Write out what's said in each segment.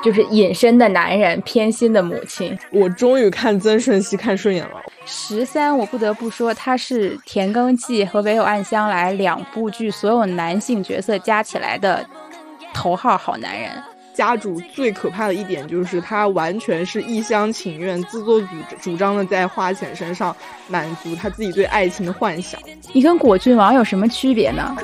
就是隐身的男人，偏心的母亲。 我终于看曾舜晞看顺眼了。 13，我不得不说，他是田耕纪和唯有暗香来两部剧所有男性角色加起来的头号好男人。 家主最可怕的一点就是他完全是一厢情愿、自作主张的在花钱身上满足他自己对爱情的幻想。 你跟果郡王有什么区别呢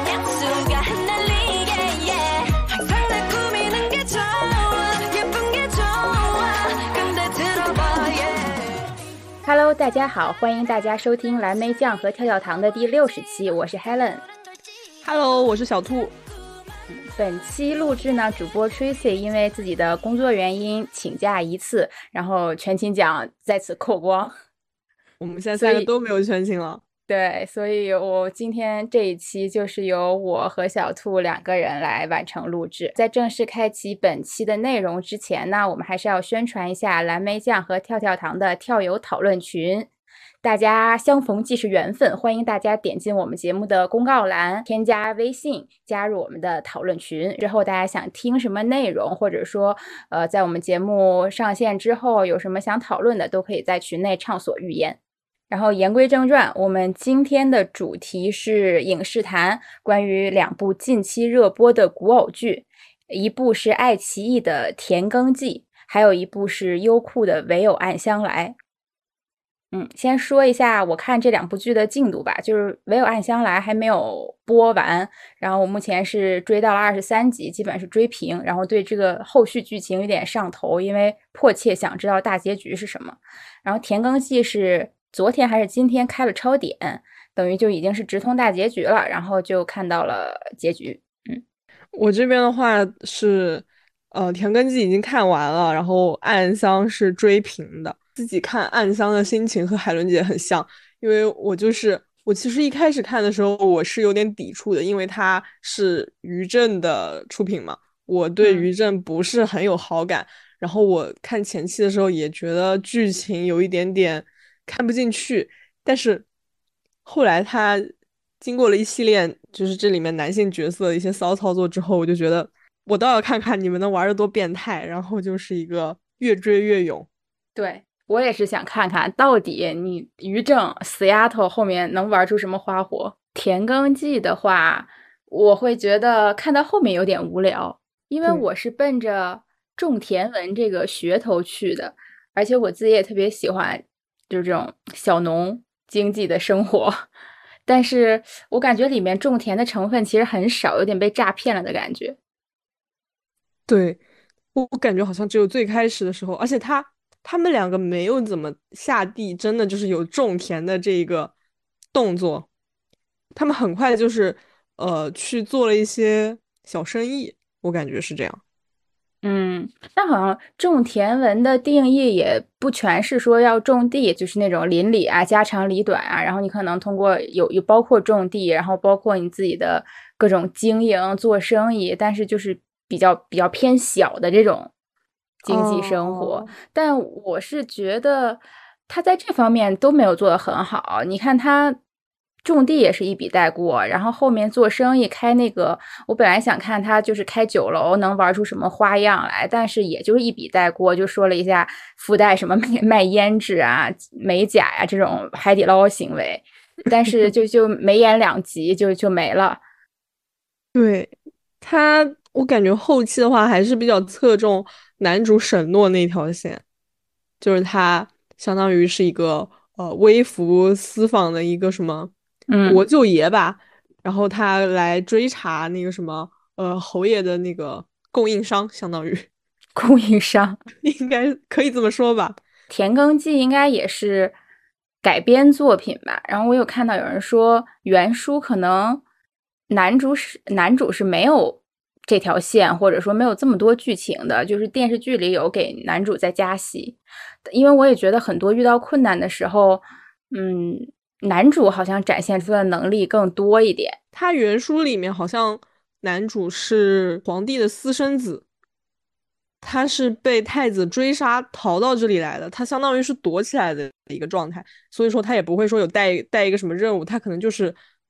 ？Hello， 大家好，欢迎大家收听蓝莓酱和跳跳糖的第60期，我是 Helen。Hello， 我是小兔。 本期录制呢，主播 Tracy 因为自己的工作原因请假一次，然后全勤奖在此扣光。 我们现在3个都没有全勤了。 对，所以我今天这一期就是由我和小兔2个人来完成录制。在正式开启本期的内容之前呢，我们还是要宣传一下蓝莓酱和跳跳糖的跳友讨论群。大家相逢即是缘分，欢迎大家点进我们节目的公告栏，添加微信，加入我们的讨论群。之后大家想听什么内容，或者说在我们节目上线之后有什么想讨论的，都可以在群内畅所欲言。然后言归正传，我们今天的主题是影视谈，关于2部近期热播的古偶剧，一部是爱奇艺的《田耕纪》，还有一部是优酷的《唯有暗香来》。先说一下我看这2部剧的进度吧，就是《唯有暗香来》还没有播完，然后我目前是追到了23集，基本是追平，然后对这个后续剧情有点上头，因为迫切想知道大结局是什么。然后《田耕纪》是昨天还是今天开了超点，等于就已经是直通大结局了，然后就看到了结局。 我这边的话是田耕纪已经看完了，然后暗香是追平的。自己看暗香的心情和海伦姐很像，因为我其实一开始看的时候我是有点抵触的，因为他是于正的出品嘛，我对于正不是很有好感，然后我看前期的时候也觉得剧情有一点点看不进去，但是后来他经过了一系列就是这里面男性角色的一些骚操作之后，我就觉得我倒要看看你们能玩的多变态，然后就是一个越追越勇。 对，我也是想看看到底你于正死丫头后面能玩出什么花活。田耕纪的话，我会觉得看到后面有点无聊，因为我是奔着种田文这个噱头去的，而且我自己也特别喜欢就是这种小农经济的生活，但是我感觉里面种田的成分其实很少，有点被诈骗了的感觉。 对，我感觉好像只有最开始的时候，而且他们2个没有怎么下地，真的就是有种田的这个动作，他们很快就是去做了一些小生意，我感觉是这样。 但好像种田文的定义也不全是说要种地，就是那种邻里啊、家长里短啊，然后你可能通过有包括种地，然后包括你自己的各种经营、做生意，但是就是比较偏小的这种经济生活。但我是觉得他在这方面都没有做得很好。你看他种地也是一笔带过，然后后面做生意开那个，我本来想看他就是开酒楼能玩出什么花样来，但是也就是一笔带过，就说了一下附带什么卖胭脂啊、美甲呀、这种海底捞行为，但是就没演2集就没了。 对，我感觉后期的话还是比较侧重男主沈诺那条线，就是他相当于是一个微服私访的一个什么国舅爷吧，然后他来追查那个什么侯爷的那个供应商，相当于供应商应该可以这么说吧。 田耕纪应该也是改编作品吧，然后我有看到有人说原书可能男主是没有这条线，或者说没有这么多剧情的，就是电视剧里有给男主再加戏。因为我也觉得很多遇到困难的时候，男主好像展现出的能力更多一点。 他原书里面好像男主是皇帝的私生子，他是被太子追杀逃到这里来的，他相当于是躲起来的一个状态，所以说他也不会说有带一个什么任务，他可能就是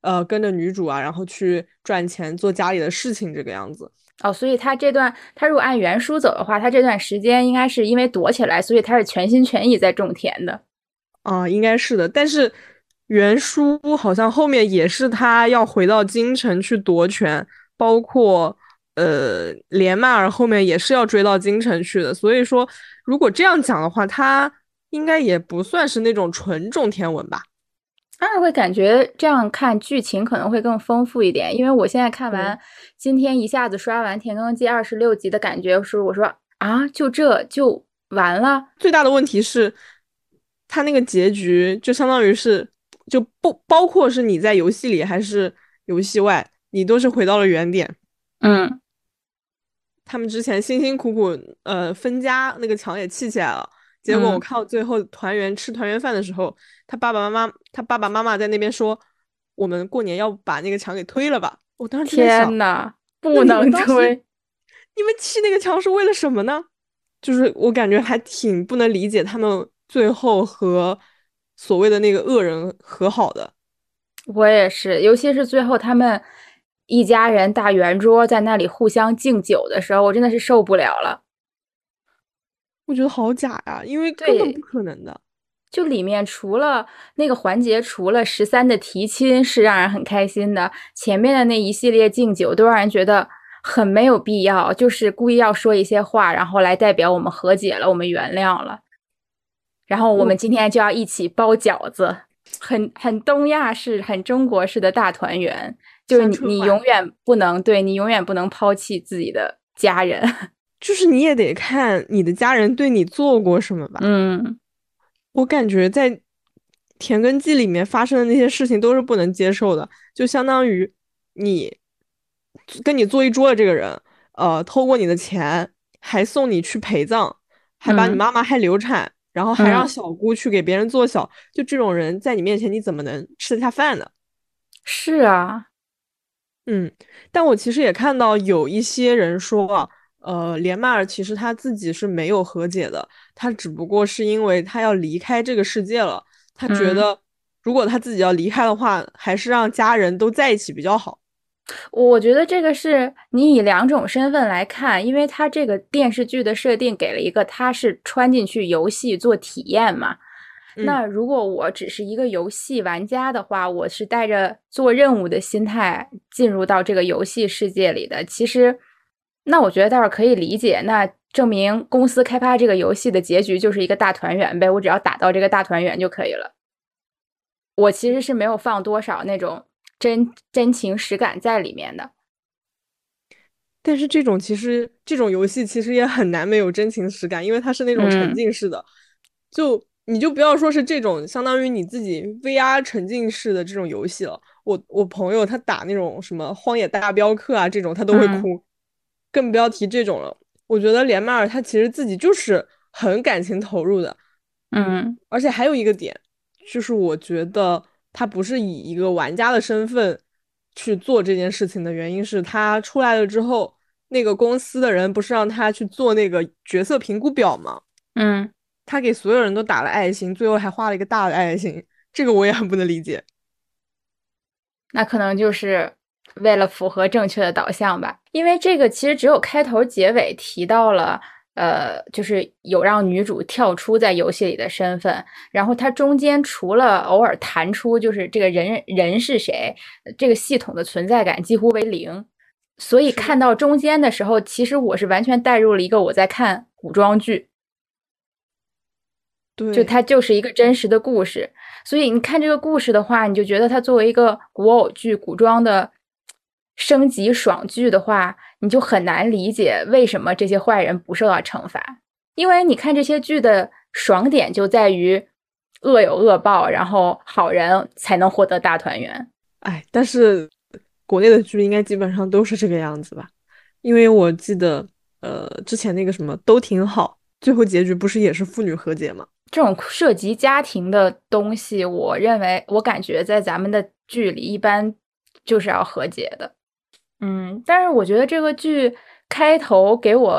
跟着女主啊，然后去赚钱做家里的事情这个样子。 哦，所以他这段，他如果按原书走的话，他这段时间应该是因为躲起来，所以他是全心全意在种田的。 应该是的，但是原书好像后面也是他要回到京城去夺权，包括连麦尔后面也是要追到京城去的。所以说，如果这样讲的话，他应该也不算是那种纯种田文吧？ 当然会感觉这样看剧情可能会更丰富一点，因为我现在看完今天一下子刷完《田耕记》26集的感觉是，我说啊，就这就完了。 最大的问题是，他那个结局就相当于是，就不包括是你在游戏里还是游戏外，你都是回到了原点。 嗯， 他们之前辛辛苦苦分家，那个墙也砌起来了，结果我看到最后团圆吃团圆饭的时候，他爸爸妈妈在那边说，我们过年要把那个墙给推了吧？我当时就在想， 天呐， 那不能你们当时推。 你们砌那个墙是为了什么呢？就是我感觉还挺不能理解他们最后和所谓的那个恶人和好的。 我也是，尤其是最后他们一家人大圆桌在那里互相敬酒的时候，我真的是受不了了。 我觉得好假呀，因为根本不对， 可能的。 就里面除了那个环节，除了13的提亲是让人很开心的，前面的那一系列敬酒都让人觉得很没有必要，就是故意要说一些话，然后来代表我们和解了，我们原谅了，然后我们今天就要一起包饺子，很东亚式、很中国式的大团圆，就是你像春晚， 永远不能对你永远不能抛弃自己的家人。 就是你也得看你的家人对你做过什么吧。 嗯我感觉在《田耕记》里面发生的那些事情都是不能接受的，就相当于你跟你坐一桌的这个人，偷过你的钱，还送你去陪葬，还把你嗯妈妈害流产，然后还让嗯， 小姑去给别人做小，就这种人在你面前你怎么能吃得下饭呢？ 是啊， 嗯，但我其实也看到有一些人说啊，连麦尔其实他自己是没有和解的，他只不过是因为他要离开这个世界了，他觉嗯。 得如果他自己要离开的话，还是让家人都在一起比较好。 我觉得这个是你以两种身份来看，因为它这个电视剧的设定给了一个他是穿进去游戏做体验嘛。 嗯， 那如果我只是一个游戏玩家的话，我是带着做任务的心态进入到这个游戏世界里的。其实，那我觉得倒是可以理解。那证明公司开发这个游戏的结局就是一个大团圆呗，我只要打到这个大团圆就可以了。我其实是没有放多少那种真情实感在里面的。 但是这种游戏其实也很难没有真情实感，因为它是那种沉嗯浸式的，你就不要说是这种相当于你自己 VR 沉浸式的这种游戏了。我朋友他打那种什么《荒野大镖客》啊这种，他都会嗯哭，更不要提这种了。我觉得连麦尔他其实自己就是很感情投入的， 嗯而且还有一个点，就是我觉得他不是以一个玩家的身份去做这件事情的原因是他出来了之后，那个公司的人不是让他去做那个角色评估表吗？ 嗯， 他给所有人都打了爱心，最后还画了一个大的爱心，这个我也很不能理解。 那可能就是为了符合正确的导向吧。因为这个其实只有开头结尾提到了，就是有让女主跳出在游戏里的身份，然后它中间除了偶尔弹出就是这个人是谁，这个系统的存在感几乎为零。所以是的， 看到中间的时候，其实我是完全带入了一个我在看古装剧。就对， 它就是一个真实的故事，所以你看这个故事的话，你就觉得它作为一个古偶剧、古装的升级爽剧的话，你就很难理解为什么这些坏人不受到惩罚。因为你看这些剧的爽点就在于恶有恶报，然后好人才能获得大团圆。 哎，但是国内的剧应该基本上都是这个样子吧？因为我记得，之前那个什么都挺好，最后结局不是也是父女和解吗？ 这种涉及家庭的东西，我认为，我感觉在咱们的剧里一般就是要和解的。但是我觉得这个剧开头给我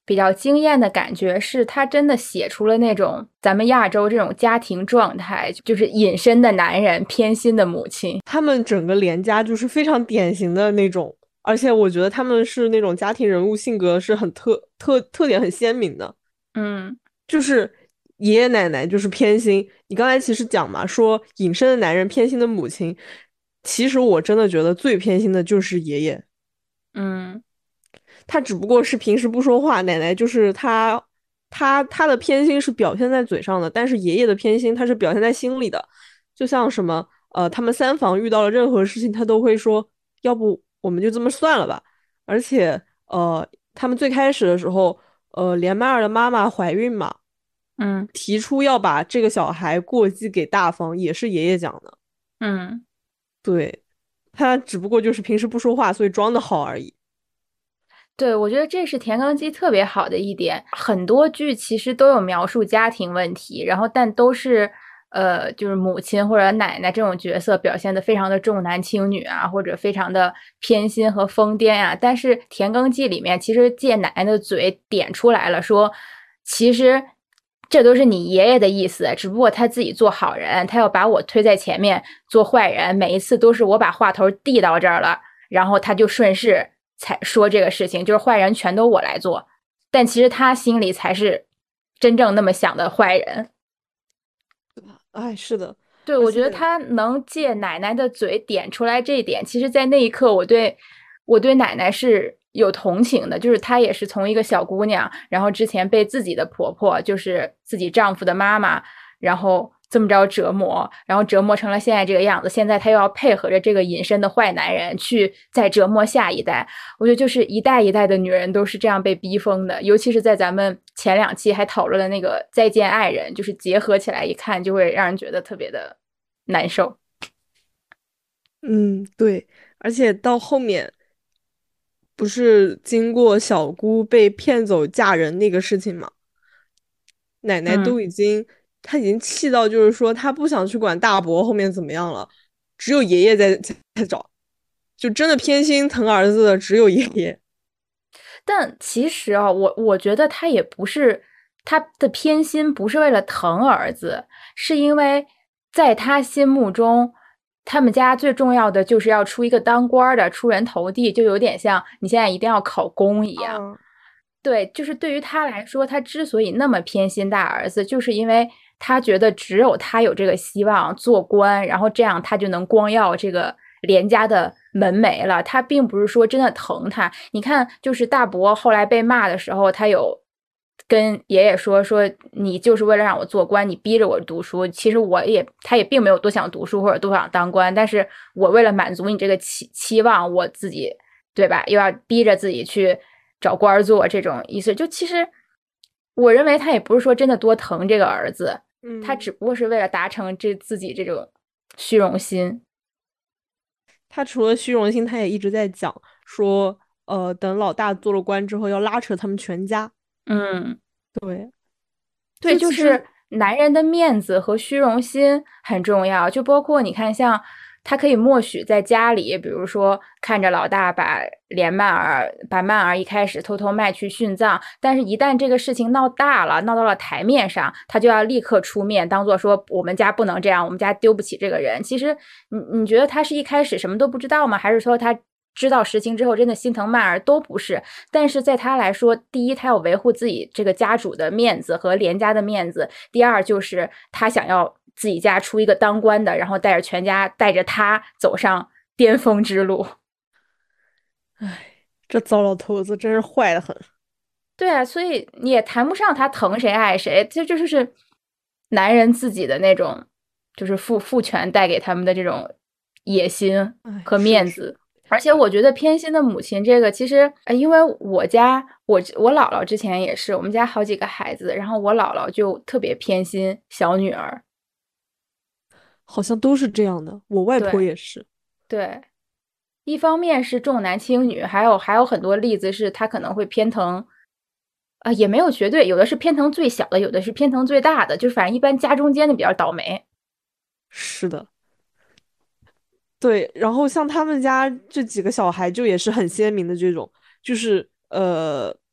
比较惊艳的感觉是，他真的写出了那种咱们亚洲这种家庭状态，就是隐身的男人，偏心的母亲。 他们整个连家就是非常典型的那种，而且我觉得他们是那种家庭人物性格是很特点很鲜明的， 嗯就是爷爷奶奶就是偏心。你刚才其实讲嘛，说隐身的男人偏心的母亲，其实我真的觉得最偏心的就是爷爷。 嗯他只不过是平时不说话，奶奶就是他的偏心是表现在嘴上的，但是爷爷的偏心他是表现在心里的。就像什么他们三房遇到了任何事情，他都会说，要不我们就这么算了吧。而且他们最开始的时候，连麦儿的妈妈怀孕嘛， 嗯提出要把这个小孩过继给大房，也是爷爷讲的。 嗯。 对，他只不过就是平时不说话，所以装的好而已。 对，我觉得这是田刚基特别好的一点。很多剧其实都有描述家庭问题，然后但都是就是母亲或者奶奶这种角色表现的非常的重男轻女啊，或者非常的偏心和疯癫啊。但是田耕记里面其实借奶奶的嘴点出来了，说其实这都是你爷爷的意思，只不过他自己做好人，他要把我推在前面做坏人，每一次都是我把话头递到这儿了。然后他就顺势才说这个事情，就是坏人全都我来做，但其实他心里才是真正那么想的坏人。 哎，是的， 对， 而且我觉得他能借奶奶的嘴点出来这一点，其实，在那一刻，我对奶奶是有同情的，就是她也是从一个小姑娘，然后之前被自己的婆婆，就是自己丈夫的妈妈，然后这么着折磨，然后折磨成了现在这个样子。现在她又要配合着这个隐身的坏男人去再折磨下一代。我觉得就是一代一代的女人都是这样被逼疯的，尤其是在咱们前两期还讨论了那个《再见爱人》，就是结合起来一看，就会让人觉得特别的难受。 嗯，对，而且到后面不是经过小姑被骗走嫁人那个事情嘛，奶奶嗯。 都已经，她已经气到就是说她不想去管大伯后面怎么样了，只有爷爷在找，就真的偏心疼儿子的只有爷爷。 但其实啊，我觉得他也不是他的偏心，不是为了疼儿子，是因为在他心目中，他们家最重要的就是要出一个当官的，出人头地，就有点像你现在一定要考公一样。 嗯， 对，就是对于他来说，他之所以那么偏心大儿子，就是因为他觉得只有他有这个希望做官，然后这样他就能光耀这个连家的门楣了。他并不是说真的疼他。你看，就是大伯后来被骂的时候，他有跟爷爷说你就是为了让我做官，你逼着我读书。其实他也并没有多想读书或者多想当官，但是我为了满足你这个期望，我自己对吧，又要逼着自己去找官做，这种意思。就其实我认为他也不是说真的多疼这个儿子，他嗯， 只不过是为了达成自己这种虚荣心。 他除了虚荣心，他也一直在讲说，等老大做了官之后要拉扯他们全家。 嗯。 对， 对， 就其实， 就是男人的面子和虚荣心很重要，就包括你看，像他可以默许在家里，比如说看着老大把曼儿一开始偷偷卖去殉葬，但是一旦这个事情闹大了，闹到了台面上，他就要立刻出面，当做说我们家不能这样，我们家丢不起这个人。其实你觉得他是一开始什么都不知道吗？还是说他知道实情之后真的心疼曼儿？都不是。但是在他来说，第一，他要维护自己这个家主的面子和连家的面子；第二，就是他想要自己家出一个当官的，然后带着全家带着他走上巅峰之路。 唉，这糟老头子真是坏的很。 对啊，所以你也谈不上他疼谁爱谁，这就是男人自己的那种，就是父权带给他们的这种野心唉， 和是的，是的。 面子。而且我觉得偏心的母亲这个，其实因为我姥姥之前也是，我们家好几个孩子，然后我姥姥就特别偏心小女儿。 好像都是这样的。我外婆对也是。 对，一方面是重男轻女，还有很多例子是她可能会偏疼，也没有绝对，有的是偏疼最小的，有的是偏疼最大的，就是反正一般夹中间的比较倒霉。 是的，对。然后像他们家这几个小孩，就也是很鲜明的这种，就是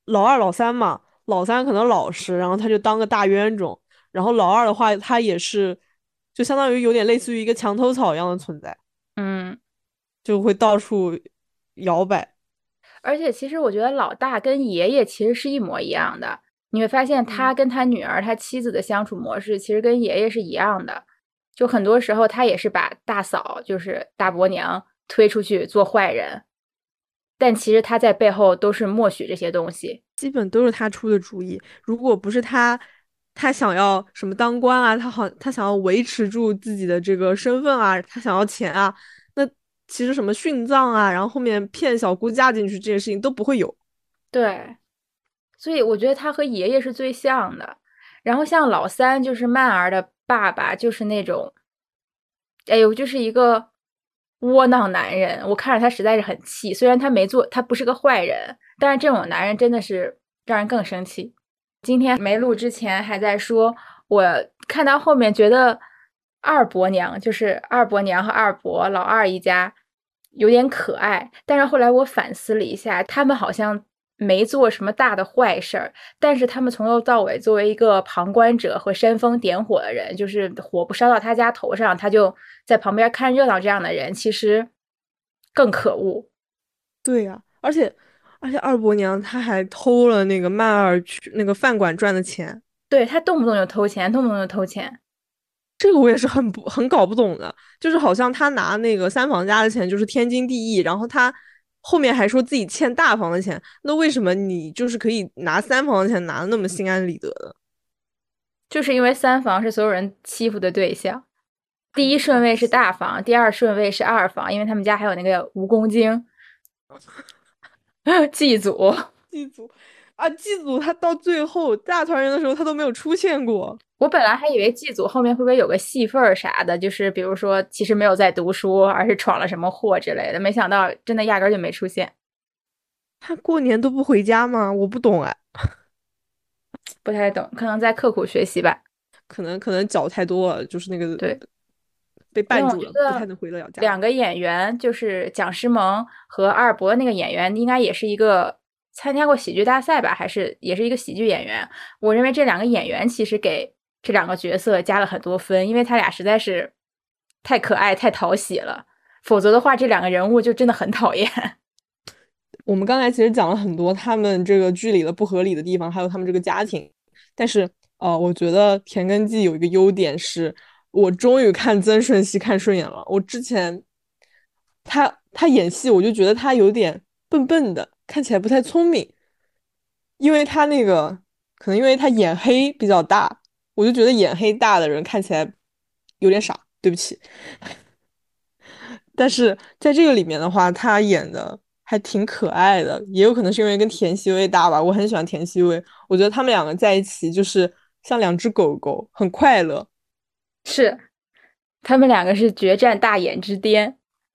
老二老三嘛，老三可能老实，然后他就当个大冤种，然后老二的话，他也是就相当于有点类似于一个墙头草一样的存在， 嗯。 就会到处摇摆。 而且其实我觉得老大跟爷爷其实是一模一样的，你会发现他嗯， 跟他女儿、他妻子的相处模式其实跟爷爷是一样的，就很多时候他也是把大嫂就是大伯娘推出去做坏人，但其实他在背后都是默许这些东西。 基本都是他出的主意。如果不是他，他想要什么当官啊，他想要维持住自己的这个身份啊，他想要钱啊，那其实什么殉葬啊，然后后面骗小姑嫁进去这件事情都不会有。 对，所以我觉得他和爷爷是最像的。然后像老三就是曼儿的爸爸，就是那种，哎呦，就是一个窝囊男人。我看着他实在是很气，虽然他没做，他不是个坏人，但是这种男人真的是让人更生气。今天没录之前还在说，我看到后面觉得二伯娘就是二伯娘和二伯老二一家有点可爱，但是后来我反思了一下，他们好像没做什么大的坏事儿，但是他们从头到尾作为一个旁观者和煽风点火的人，就是火不烧到他家头上，他就在旁边看热闹，这样的人其实更可恶。 对呀，而且二伯娘她还偷了那个曼儿去那个饭馆赚的钱， 对，他动不动就偷钱，动不动就偷钱。 这个我也是很搞不懂的，就是好像他拿那个三房家的钱就是天经地义，然后他后面还说自己欠大房的钱，那为什么你就是可以拿三房的钱拿的那么心安理得的？ 就是因为三房是所有人欺负的对象，第一顺位是大房，第二顺位是二房，因为他们家还有那个蜈蚣精祭祖。 祭祖啊，祭祖他到最后大团圆的时候他都没有出现过， 我本来还以为祭祖后面会不会有个戏份儿啥的，就是比如说其实没有在读书，而是闯了什么祸之类的，没想到真的压根儿就没出现， 他过年都不回家吗？我不懂哎， 不太懂，可能在刻苦学习吧。 可能脚太多了，就是那个对， 被因为我绊住了，不太觉得能回得了家。 两个演员，就是蒋诗萌和二伯那个演员，应该也是一个参加过喜剧大赛吧，还是也是一个喜剧演员。我认为这两个演员其实给这两个角色加了很多分，因为他俩实在是太可爱、太讨喜了，否则的话，这两个人物就真的很讨厌。 我们刚才其实讲了很多他们这个剧里的不合理的地方，还有他们这个家庭。但是，我觉得田根纪有一个优点是，我终于看曾舜晞看顺眼了。我之前他演戏，我就觉得他有点笨笨的，看起来不太聪明，因为他那个可能因为他眼黑比较大，我就觉得眼黑大的人看起来有点傻。对不起。但是在这个里面的话，他演的还挺可爱的，也有可能是因为跟田曦薇搭吧，我很喜欢田曦薇，我觉得他们两个在一起就是像两只狗狗，很快乐。 是，他们两个是决战大眼之巅。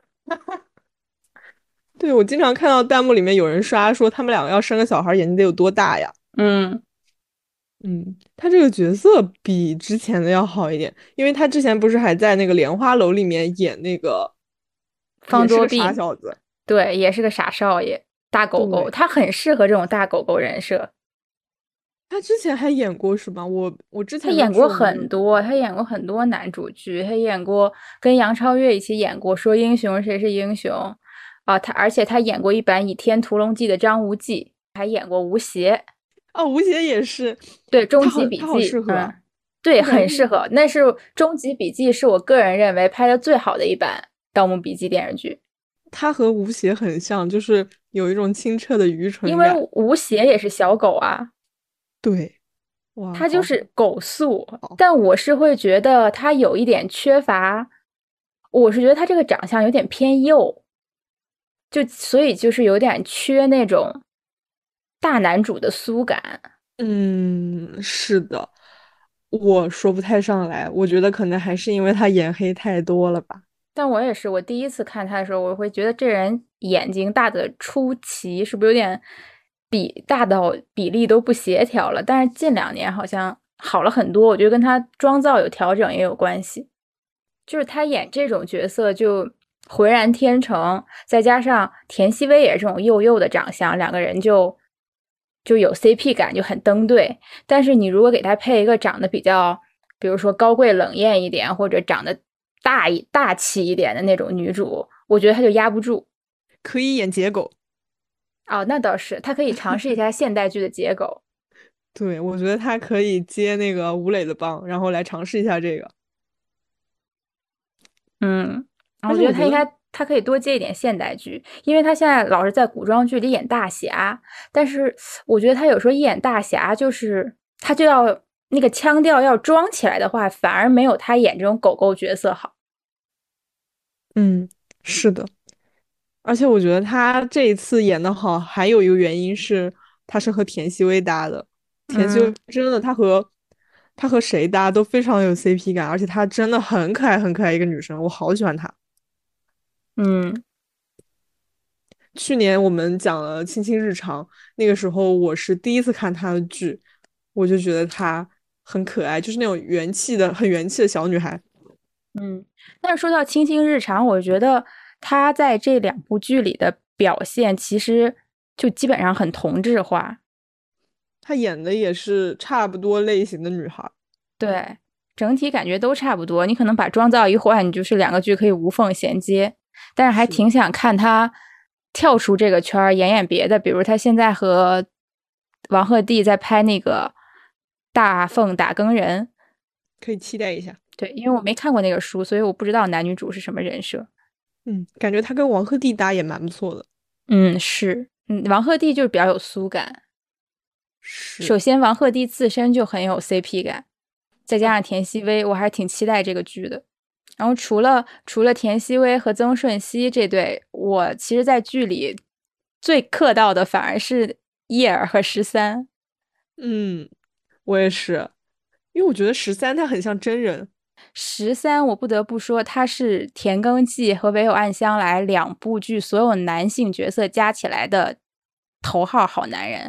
对，我经常看到弹幕里面有人刷说他们两个要生个小孩，眼睛得有多大呀？ 嗯， 嗯，他这个角色比之前的要好一点，因为他之前不是还在那个莲花楼里面演那个，也是个傻方多病， 小子。 对，也是个傻少爷，大狗狗， 对， 他很适合这种大狗狗人设。 他之前还演过什么？我之前的他演过剧我没有。 很多，他演过很多男主剧，他演过跟杨超越一起演过《说英雄谁是英雄》啊，而且他演过一版《倚天屠龙记》的张无忌，还演过吴邪， 哦，吴邪也是， 对《终极笔他好记》， 适合啊， 对， 我感觉很适合。那是《终极笔记》是我个人认为拍的最好的一版《盗墓笔记》电视剧， 他和吴邪很像，就是有一种清澈的愚因为蠢感。 吴邪也是小狗啊， 对，哇， 他就好好是狗素， 好， 但我是会觉得他有一点缺乏，我是觉得他这个长相有点偏幼，所以就是有点缺那种大男主的苏感。 嗯，是的，我说不太上来，我觉得可能还是因为他眼黑太多了吧。 但我也是，我第一次看他的时候，我会觉得这人眼睛大的出奇，是不是有点大到比例都不协调了？但是近2年好像好了很多，我觉得跟他妆造有调整也有关系。就是他演这种角色就浑然天成，再加上田曦薇也是这种幼幼的长相，两个人就就有 CP 感，就很登对。但是你如果给他配一个长得比较，比如说高贵冷艳一点，或者长得大气一点的那种女主，我觉得他就压不住。 可以演结狗。 哦，那倒是，他可以尝试一下现代剧的结狗。 对，我觉得他可以接那个吴磊的帮，然后来尝试一下这个。 嗯，我而且我觉得， 觉得他应该，他可以多接一点现代剧，因为他现在老是在古装剧里演大侠，但是我觉得他有时候一演大侠，就是他就要那个腔调要装起来的话，反而没有他演这种狗狗角色好。 嗯，是的。而且我觉得他这一次演的好，还有一个原因是他是和田曦薇搭的。田曦薇嗯真的，她和谁搭都非常有 CP 感，而且她真的很可爱，很可爱一个女生，我好喜欢她。 嗯去年我们讲了《卿卿日常》，那个时候我是第一次看她的剧，我就觉得她很可爱，就是那种元气的、很元气的小女孩。 嗯。但是说到《卿卿日常》，我觉得他在这两部剧里的表现，其实就基本上很同质化。 她演的也是差不多类型的女孩。 对，整体感觉都差不多。你可能把妆造一换，你就是两个剧可以无缝衔接。但是还是的， 挺想看他跳出这个圈儿，演演别的，比如他现在和王鹤棣在拍那个《大奉打更人》。 可以期待一下。 对，因为我没看过那个书，所以我不知道男女主是什么人设。 嗯，感觉她跟王鹤棣搭也蛮不错的。 嗯，是，王鹤棣就是比较有苏感。首是。 先，王鹤棣自身就很有 CP 感，再加上田曦薇，我还是挺期待这个剧的。然后除了田曦薇和曾舜晞这对，我其实在剧里最磕到的反而是叶儿和13。 嗯，我也是，因为我觉得13他很像真人。 13，我不得不说，他是田耕纪和唯有暗香来两部剧所有男性角色加起来的头号好男人。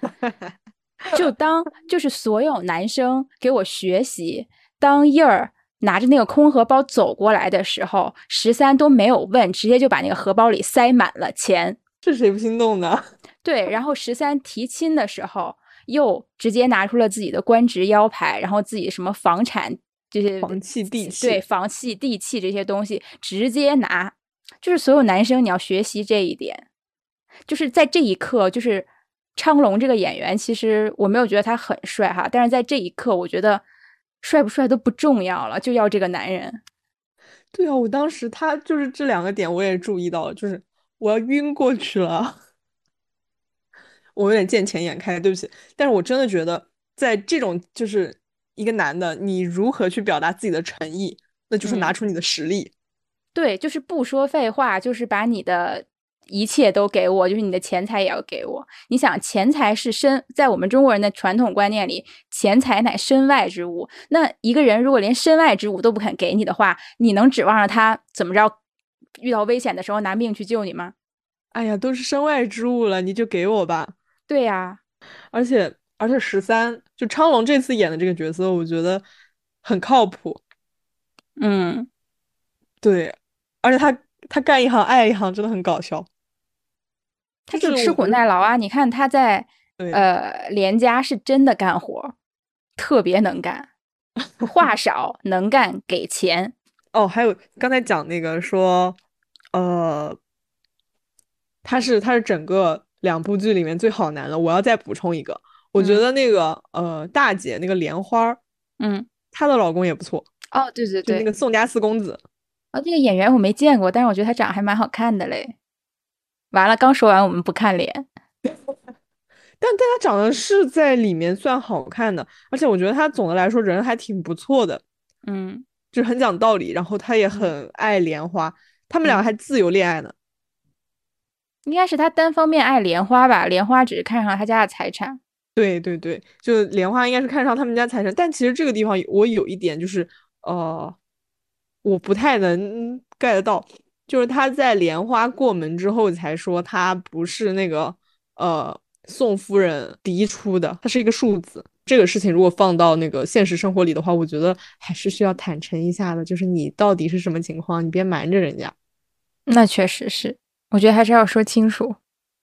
就是所有男生给我学习，当叶儿拿着那个空荷包走过来的时候，13都没有问，直接就把那个荷包里塞满了钱。 这谁不心动呢？ 对，然后13提亲的时候，又直接拿出了自己的官职腰牌，然后自己什么房产这些， 房契地对， 契。 房契地契这些东西直接拿，就是所有男生你要学习这一点。就是在这一刻，就是昌隆这个演员，其实我没有觉得他很帅哈，但是在这一刻，我觉得帅不帅都不重要了，就要这个男人。 对啊，我当时他就是这两个点我也注意到了，就是我要晕过去了。我有点见钱眼开，对不起。但是我真的觉得，在这种就是一个男的，你如何去表达自己的诚意，那就是拿嗯， 出你的实力。 对，就是不说废话，就是把你的一切都给我，就是你的钱财也要给我。你想，钱财是在我们中国人的传统观念里，钱财乃身外之物。那一个人如果连身外之物都不肯给你的话，你能指望着他怎么着？遇到危险的时候拿命去救你吗？ 哎呀，都是身外之物了，你就给我吧。 对呀。 而且13就昌隆这次演的这个角色，我觉得很靠谱。 嗯， 对，而且他干一行爱一行，真的很搞笑。就他就吃苦是我觉得， 耐劳啊！你看他在对。 连家是真的干活，特别能干，话少能干，给钱。 哦，还有刚才讲那个说，呃，他是整个两部剧里面最好男的。我要再补充一个，我觉嗯得那个大姐那个莲花儿嗯。 她的老公也不错， 哦，对对就那对。 个宋家四公子。 哦，这个演员我没见过，但是我觉得他长得还蛮好看的嘞。完了，刚说完我们不看脸。 但他长得是在里面算好看的，而且我觉得他总的来说人还挺不错的， 嗯就是很讲道理，然后他也嗯很爱莲花，他们俩嗯， 还自由恋爱呢。 应该是他单方面爱莲花吧，莲花只是看上了他家的财产。 对对对，就莲花应该是看上他们家财产，但其实这个地方我有一点就是，我不太能 get 到，就是他在莲花过门之后才说他不是那个宋夫人嫡出的，他是一个庶子。这个事情如果放到那个现实生活里的话，我觉得还是需要坦诚一下的，就是你到底是什么情况，你别瞒着人家。 那确实是，我觉得还是要说清楚。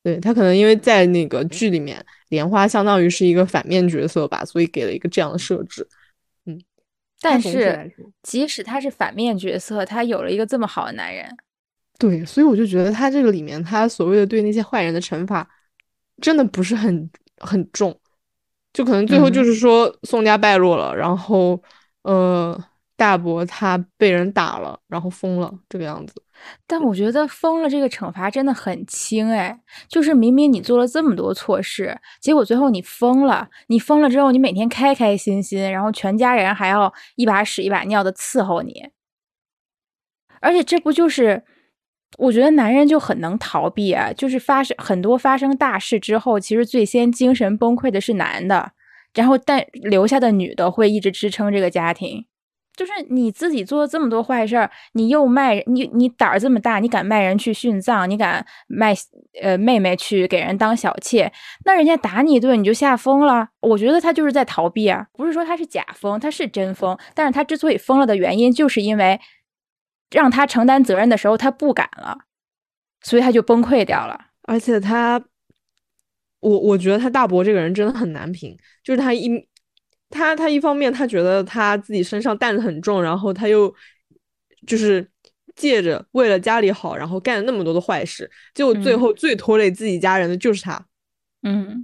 对，他可能因为在那个剧里面，莲花相当于是一个反面角色吧，所以给了一个这样的设置。嗯，他但是总体来说， 即使他是反面角色，他有了一个这么好的男人。 对，所以我就觉得他这个里面，他所谓的对那些坏人的惩罚，真的不是很重，就可能最后就嗯。 是说宋家败落了，然后大伯他被人打了，然后疯了这个样子。 但我觉得疯了这个惩罚真的很轻哎，就是明明你做了这么多错事，结果最后你疯了，你疯了之后，你每天开开心心，然后全家人还要一把屎一把尿的伺候你，而且这不就是，我觉得男人就很能逃避啊，就是很多发生大事之后，其实最先精神崩溃的是男的，然后但留下的女的会一直支撑这个家庭。就是你自己做了这么多坏事儿，你又卖你胆儿这么大，你敢卖人去殉葬，你敢卖妹妹去给人当小妾，那人家打你一顿你就吓疯了。我觉得他就是在逃避啊，不是说他是假疯，他是真疯，但是他之所以疯了的原因，就是因为让他承担责任的时候他不敢了，所以他就崩溃掉了。 而且我觉得他大伯这个人真的很难评，就是他一方面他觉得他自己身上担子很重，然后他又就是借着为了家里好，然后干了那么多的坏事，结果最后最拖累自己家人的就是他。 嗯，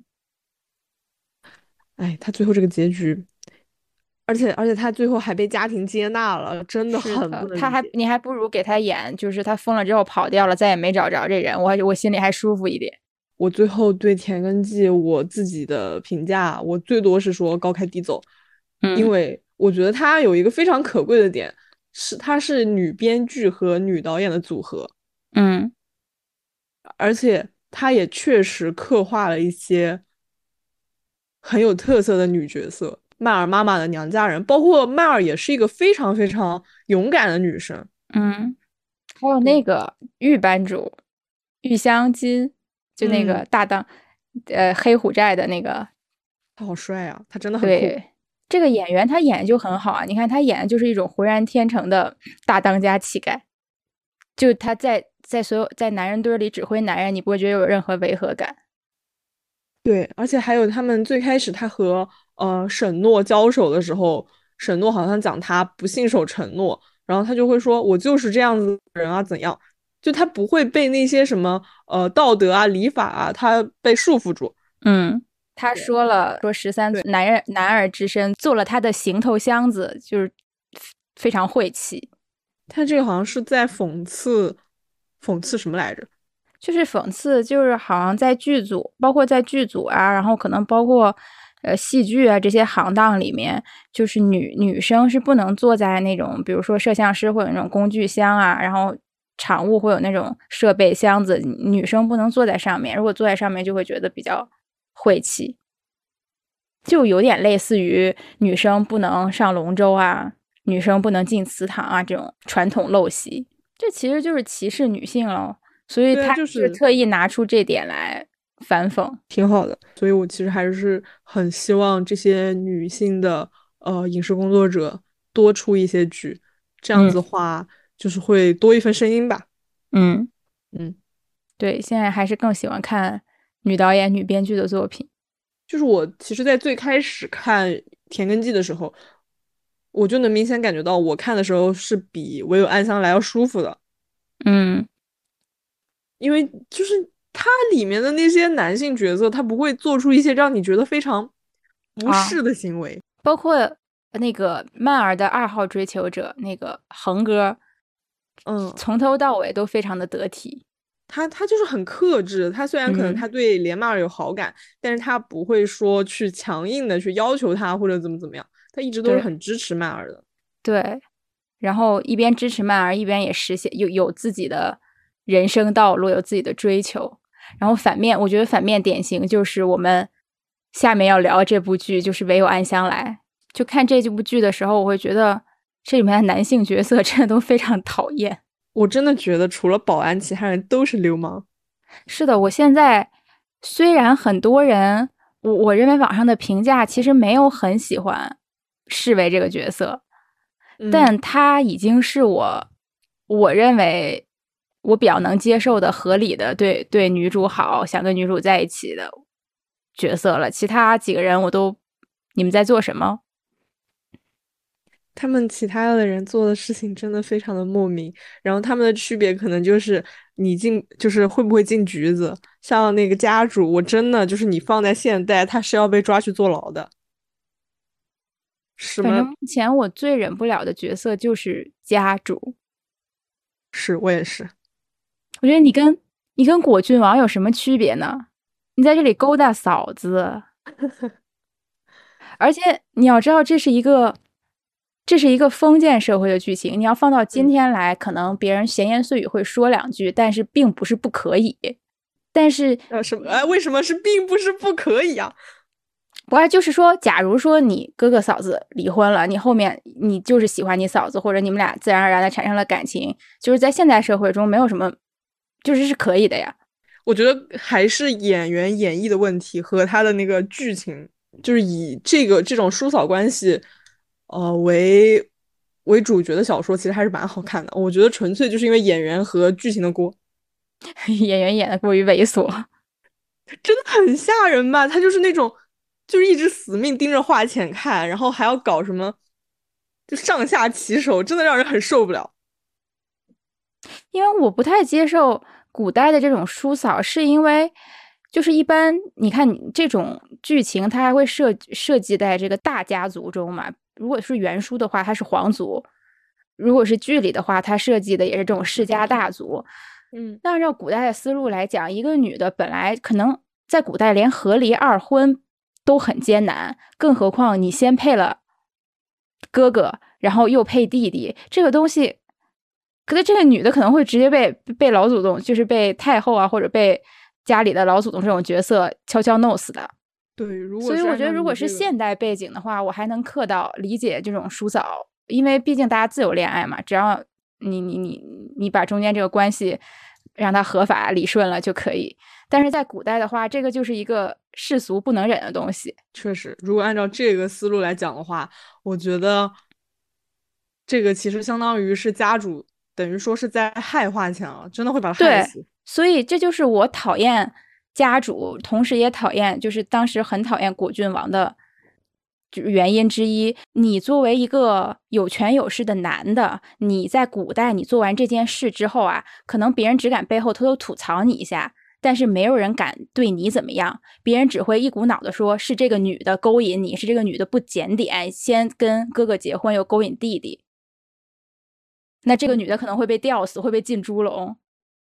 哎，他最后这个结局，而且他最后还被家庭接纳了，真的很不是的， 能理解。 你还不如给他演，就是他疯了之后跑掉了，再也没找着这人，我心里还舒服一点。 我最后对田根纪我自己的评价，我最多是说高开低走，因嗯为我觉得他有一个非常可贵的点，是他是女编剧和女导演的组合， 嗯。 而且他也确实刻画了一些很有特色的女角色，麦尔妈妈的娘家人，包括麦尔也是一个非常非常勇敢的女生。 嗯，还有那对， 个玉班主玉香金，就那个嗯， 大当，黑虎寨的那个。 他好帅啊，他真的很酷。 对，这个演员他演就很好啊，你看他演的就是一种浑然天成的大当家气概，就他在所有在男人堆里指挥男人，你不会觉得有任何违和感。 对，而且还有他们最开始他和沈诺交手的时候，沈诺好像讲他不信守承诺，然后他就会说我就是这样子的人啊，怎样？就他不会被那些什么道德啊、礼法啊，他被束缚住。 嗯，他对说13岁男儿之身做了他的行头箱子，就是非常晦气。 他这个好像是在讽刺什么来着？ 就是讽刺，就是好像在剧组，包括在剧组啊，然后可能包括戏剧啊这些行当里面，就是女生是不能坐在那种，比如说摄像师会有那种工具箱啊，然后场务会有那种设备箱子，女生不能坐在上面，如果坐在上面就会觉得比较晦气，就有点类似于女生不能上龙舟啊，女生不能进祠堂啊这种传统陋习，这其实就是歧视女性咯。所以对啊， 他是就是特意拿出这点来反讽。 挺好的。所以我其实还是很希望这些女性的影视工作者多出一些剧，这样子嗯的话就是会多一份声音吧。 嗯， 嗯， 对，现在还是更喜欢看女导演、女编剧的作品。 就是我其实，在最开始看《田根纪》的时候，我就能明显感觉到，我看的时候是比唯有暗香来要舒服的， 嗯因为就是它里面的那些男性角色，他不会做出一些让你觉得非常不啊， 适的行为。 包括那个曼儿的2号追求者那个恒哥， 嗯， 从头到尾都非常的得体。 他就是很克制，他虽然可能嗯， 他对连麦尔有好感，但是他不会说去强硬的去要求他或者怎么样，他一直都是对很支持麦尔的。 对，然后一边支持曼儿，一边也实现有自己的人生道路，有自己的追求。然后反面，我觉得反面典型就是我们下面要聊这部剧，就是《唯有暗香来》。就看这部剧的时候，我会觉得这里面的男性角色真的都非常讨厌。 我真的觉得除了保安，其他人都是流氓。 是的，我现在虽然很多人，我认为网上的评价其实没有很喜欢侍卫这个角色， 嗯， 但他已经是我认为我比较能接受的、合理的对女主好，想跟女主在一起的角色了。其他几个人你们在做什么？ 他们其他的人做的事情真的非常的莫名，然后他们的区别可能就是就是会不会进局子。像那个家主，我真的就是你放在现代，他是要被抓去坐牢的。什么？ 反正目前我最忍不了的角色就是家主。 是我也是。 我觉得你跟果郡王有什么区别呢？你在这里勾搭嫂子，而且你要知道这是一个封建社会的剧情，你要放到今天来，可能别人闲言碎语会说两句，但是并不是不可以。但是什么？哎，为什么是并不是不可以啊？ 不是，就是说，假如说你哥哥嫂子离婚了，你后面你就是喜欢你嫂子，或者你们俩自然而然的产生了感情，就是在现代社会中没有什么，就是可以的呀。 我觉得还是演员演绎的问题和他的那个剧情，就是以这种叔嫂关系，为主角的小说，其实还是蛮好看的。我觉得纯粹就是因为演员和剧情的锅。 演员演的过于猥琐。 真的很吓人吧？他就是那种，就是一直死命盯着花钱看，然后还要搞什么，就上下其手，真的让人很受不了。 因为我不太接受古代的这种叔嫂，是因为就是一般你看你这种剧情，它还会设计在这个大家族中嘛。如果是原书的话，它是皇族；如果是剧里的话，它设计的也是这种世家大族。那按照古代的思路来讲，一个女的本来可能在古代连和离二婚都很艰难，更何况你先配了哥哥，然后又配弟弟，这个东西，可是这个女的可能会直接被老祖宗，就是被太后啊，或者被家里的老祖宗这种角色悄悄弄死的。 对，如果所以我觉得，如果是是按照你这个， 现代背景的话，我还能刻到理解这种叔嫂，因为毕竟大家自由恋爱嘛，只要你把中间这个关系让它合法理顺了就可以。但是在古代的话，这个就是一个世俗不能忍的东西。 确实，如果按照这个思路来讲的话，我觉得这个其实相当于是家主，等于说是在害花钱了，真的会把他害对， 死。 所以这就是我讨厌家主，同时也讨厌，就是当时很讨厌果郡王的原因之一。你作为一个有权有势的男的，你在古代你做完这件事之后啊，可能别人只敢背后偷偷吐槽你一下，但是没有人敢对你怎么样，别人只会一股脑的说是这个女的勾引你，是这个女的不检点，先跟哥哥结婚又勾引弟弟。那这个女的可能会被吊死，会被进猪笼。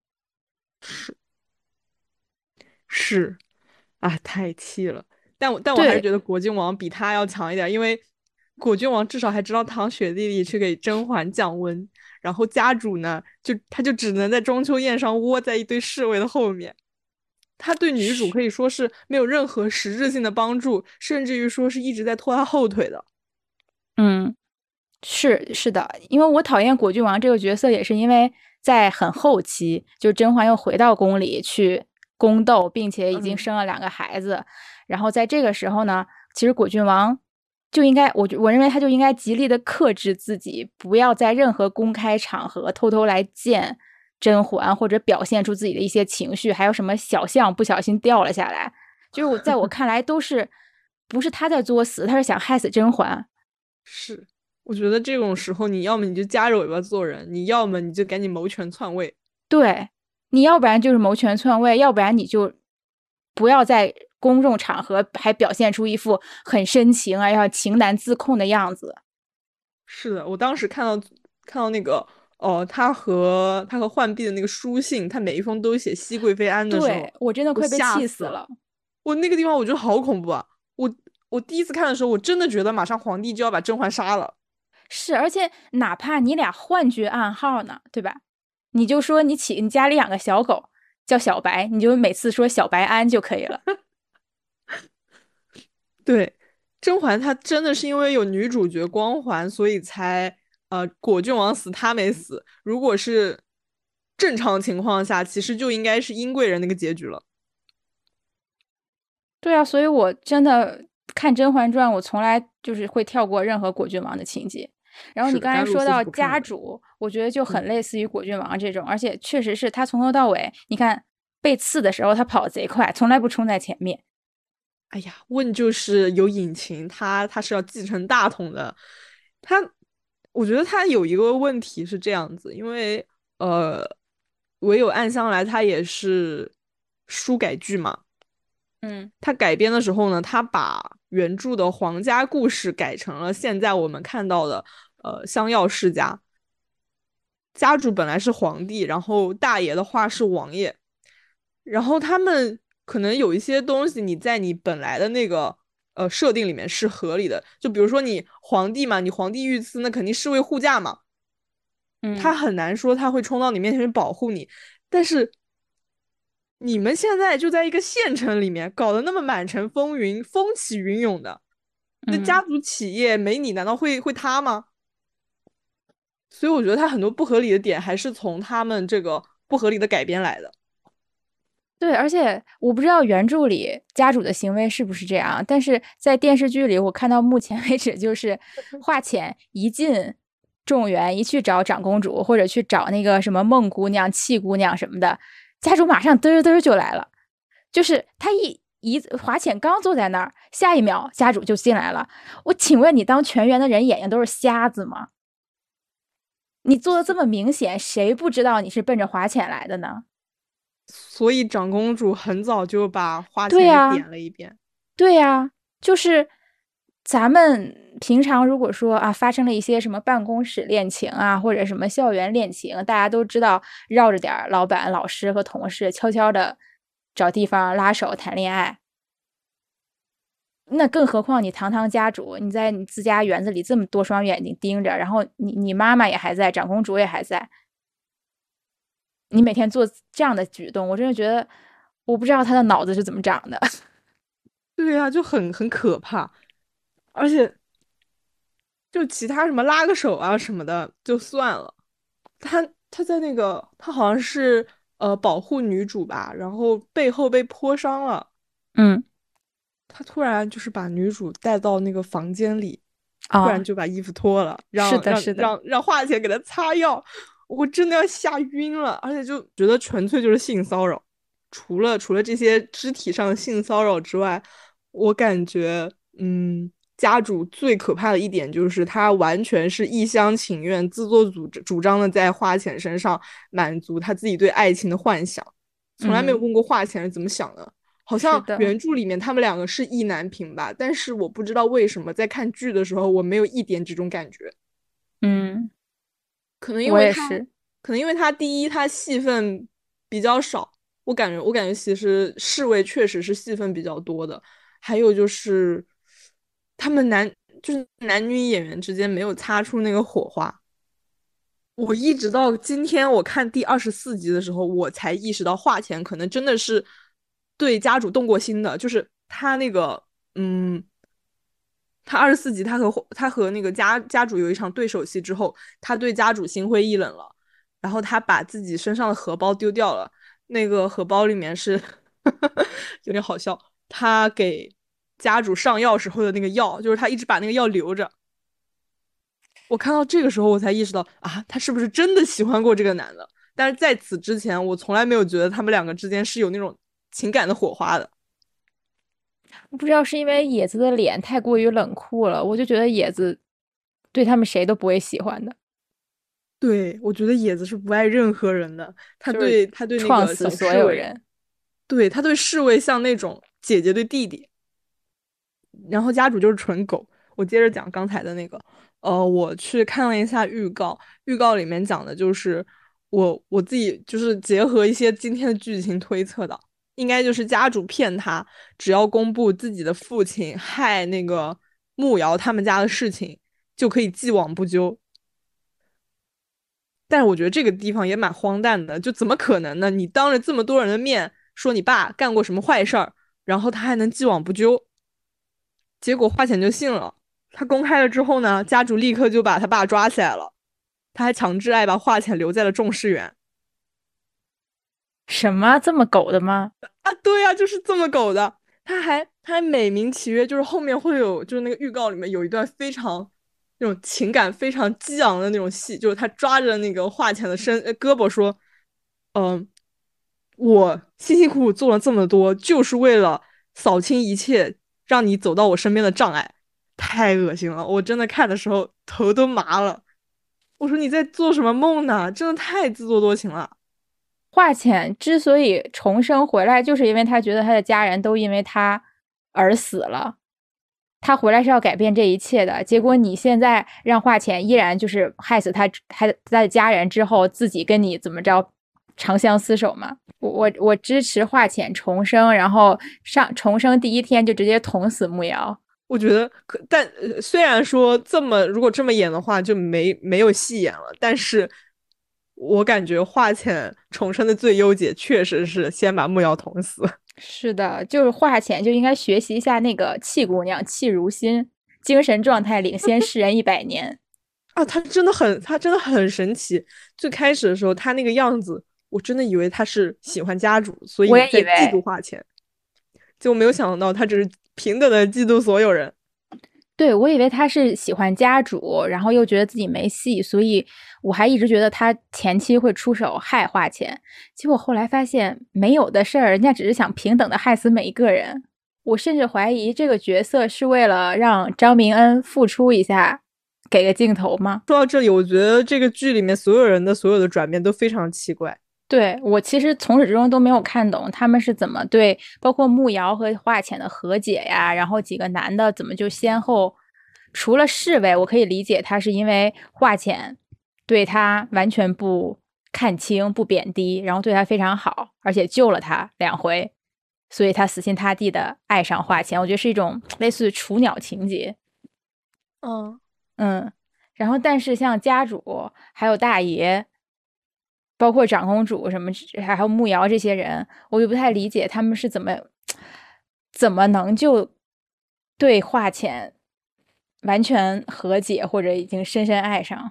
是啊，太气了。但我还是对， 觉得果郡王比他要强一点，因为果郡王至少还知道淌雪地里去给甄嬛降温，然后家主呢，他就只能在中秋宴上窝在一堆侍卫的后面。他对女主可以说是没有任何实质性的帮助，甚至于说是一直在拖她后腿的。 嗯。是的，因为我讨厌果郡王这个角色，也是因为在很后期，就甄嬛又回到宫里去宫斗，并且已经嗯， 生了2个孩子，然后在这个时候呢，其实果郡王就应该，我认为他就应该极力的克制自己，不要在任何公开场合偷偷来见甄嬛，或者表现出自己的一些情绪，还有什么小象不小心掉了下来，就是在我看来不是他在作死，他是想害死甄嬛。 是，我觉得这种时候，你要么你就夹着尾巴做人，你要么你就赶紧谋权篡位。 对，你要不然就是谋权篡位，要不然你就不要在公众场合还表现出一副很深情啊，要情难自控的样子。 是的，我当时看到那个他和浣碧的那个书信，他每一封都写熹贵妃安的时候， 对，我真的我快被吓死了。 气死了。 我那个地方我觉得好恐怖啊！我第一次看的时候，我真的觉得马上皇帝就要把甄嬛杀了。 是，而且哪怕你俩换句暗号呢，对吧？你就说你家里养个小狗叫小白，你就每次说小白安就可以了。 对，甄嬛她真的是因为有女主角光环，所以才果郡王死她没死。如果是正常情况下，其实就应该是殷贵人那个结局了。 对啊，所以我真的看《甄嬛传》，我从来就是会跳过任何果郡王的情节。 然后你是的， 刚才说甘露寺是到不看的。 家主，我觉得就很嗯， 类似于果郡王这种，而且确实是他从头到尾，你看被刺的时候他跑得贼快，从来不冲在前面。 哎呀，问就是有隐情，他是要继承大统的。他，我觉得他有一个问题是这样子，因为呃，唯有暗香来，他也是书改剧嘛。 嗯他改编的时候呢，他把原著的皇家故事改成了现在我们看到的香药世家。家主本来是皇帝，然后大爷的话是王爷，然后他们可能有一些东西你在你本来的那个设定里面是合理的，就比如说你皇帝嘛，你皇帝御赐那肯定是为护驾嘛，他嗯很难说他会冲到你面前去保护你，但是你们现在就在一个县城里面搞得那么满城风云、风起云涌的，那家嗯。 族企业没你难道会塌吗？所以我觉得他很多不合理的点还是从他们这个不合理的改编来的。 对，而且我不知道原著里家主的行为是不是这样，但是在电视剧里，我看到目前为止，就是华浅一进众园，一去找长公主，或者去找那个什么孟姑娘、戚姑娘什么的，家主马上嘚儿嘚儿就来了，就是他华浅刚坐在那儿，下一秒家主就进来了。我请问你当全员的人眼睛都是瞎子吗？你做的这么明显，谁不知道你是奔着华浅来的呢？ 所以长公主很早就把花钱给对呀， 点了一遍。 对呀，就是咱们平常如果说啊，发生了一些什么办公室恋情啊，或者什么校园恋情，大家都知道绕着点儿老板、老师和同事，悄悄的找地方拉手谈恋爱。那更何况你堂堂家主，你在你自家园子里这么多双眼睛盯着，然后你妈妈也还在，长公主也还在，你每天做这样的举动，我真的觉得，我不知道他的脑子是怎么长的。 对呀，就很可怕，而且就其他什么拉个手啊什么的就算了，他在那个他好像是保护女主吧，然后背后被泼伤了， 嗯， 他突然就是把女主带到那个房间里，突然哦， 就把衣服脱了， 是的，是的， 让华姐给他擦药，我真的要吓晕了，而且就觉得纯粹就是性骚扰。除了这些肢体上的性骚扰之外，我感觉，家主最可怕的一点就是他完全是一厢情愿、自作主张的在花钱身上满足他自己对爱情的幻想，从来没有嗯， 问过花钱是怎么想的。好像是的， 原著里面他们两个是意难平吧，但是我不知道为什么在看剧的时候我没有一点这种感觉。 嗯， 可能因我为他， 也是， 可能因为他第一他戏份比较少，我感觉其实侍卫确实是戏份比较多的，还有就是他们就是男女演员之间没有擦出那个火花。我一直到今天我看第24集的时候，我才意识到华浅可能真的是对家主动过心的，就是他那个嗯。他24集，他和那个家主有一场对手戏之后，他对家主心灰意冷了，然后他把自己身上的荷包丢掉了。那个荷包里面是有点好笑，他给家主上药时候的那个药，就是他一直把那个药留着。我看到这个时候，我才意识到啊，他是不是真的喜欢过这个男的？但是在此之前，我从来没有觉得他们两个之间是有那种情感的火花的。 不知道是因为野子的脸太过于冷酷了，我就觉得野子对他们谁都不会喜欢的， 对，我觉得野子是不爱任何人的， 就是他对那个小撞死所侍卫， 有人。 对他对侍卫像那种姐姐对弟弟，然后家主就是纯狗。我接着讲刚才的那个，我去看了一下预告，预告里面讲的就是我自己就是结合一些今天的剧情推测的，应该就是家主骗他，只要公布自己的父亲害那个慕瑶他们家的事情，就可以既往不咎。但是我觉得这个地方也蛮荒诞的，就怎么可能呢？你当着这么多人的面说你爸干过什么坏事儿，然后他还能既往不咎？结果花钱就信了。他公开了之后呢，家主立刻就把他爸抓起来了，他还强制爱把花钱留在了众士园。 什么这么狗的吗？ 啊，对呀、就是这么狗的。他还美名其曰，就是后面会有，就是那个预告里面有一段非常那种情感非常激昂的那种戏，就是他抓着那个华浅的胳膊说：“嗯，我辛辛苦苦做了这么多，就是为了扫清一切让你走到我身边的障碍。”太恶心了，我真的看的时候头都麻了。我说你在做什么梦呢？真的太自作多情了。 华浅之所以重生回来，就是因为他觉得他的家人都因为他而死了。他回来是要改变这一切的，结果你现在让华浅依然就是害死他的家人之后，自己跟你怎么着长相厮守嘛？我支持华浅重生，然后重生第一天就直接捅死慕瑶。 我觉得但虽然说如果这么演的话就没有戏演了，但是我感觉华浅重生的最优解确实是先把慕瑶捅死。 是的，就是华浅就应该学习一下那个戚姑娘戚如心，精神状态领先世人100年啊！他真的很神奇。最开始的时候，他那个样子，我真的以为他是喜欢家主，所我以在嫉也以为， 妒华浅，结果没有想到他只是平等的嫉妒所有人。 对，我以为他是喜欢家主，然后又觉得自己没戏，所以我还一直觉得他前期会出手害华浅。结果后来发现没有的事儿，人家只是想平等的害死每一个人。我甚至怀疑这个角色是为了让张明恩付出一下，给个镜头吗？ 说到这里，我觉得这个剧里面所有人的所有的转变都非常奇怪。 对，我其实从始至终都没有看懂他们是怎么对，包括慕瑶和华浅的和解呀，然后几个男的怎么就先后，除了侍卫，我可以理解他是因为华浅对他完全不看轻、不贬低，然后对他非常好，而且救了他2回，所以他死心塌地的爱上华浅。我觉得是一种类似于雏鸟情节。 嗯， 嗯，然后但是像家主还有大爷。包括长公主什么，还有慕瑶这些人，我就不太理解他们是怎么能就对华浅完全和解，或者已经深深爱上。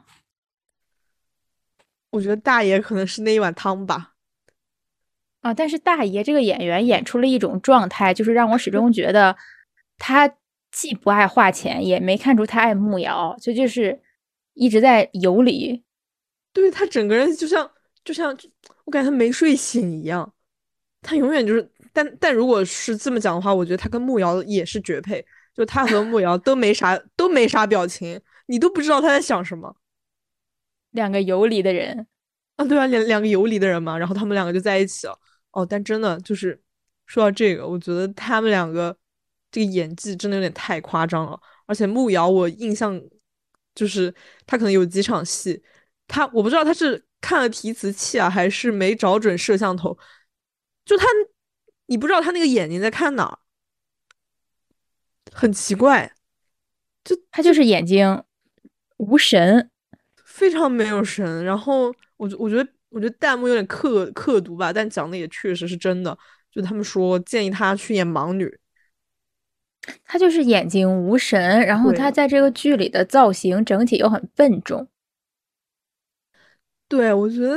我觉得大爷可能是那一碗汤吧。 啊！但是大爷这个演员演出了一种状态，就是让我始终觉得他既不爱华浅，也没看出他爱慕瑶，就是一直在游离。 对，他整个人就像我感觉他没睡醒一样，他永远就是，但如果是这么讲的话，我觉得他跟慕瑶也是绝配，就他和慕瑶都没啥表情，你都不知道他在想什么两个游离的人。 啊。对啊，两个游离的人嘛，然后他们两个就在一起了。哦，但真的就是说到这个，我觉得他们两个这个演技真的有点太夸张了，而且慕瑶我印象就是他可能有几场戏。我不知道他是看了提词器啊，还是没找准摄像头。就你不知道他那个眼睛在看哪儿，很奇怪， 他就是眼睛无神。 非常没有神。然后我觉得弹幕有点刻毒吧，但讲的也确实是真的。就他们说建议他去演盲女。 他就是眼睛无神，然后他对在这个剧里的造型整体又很笨重。 对，我觉得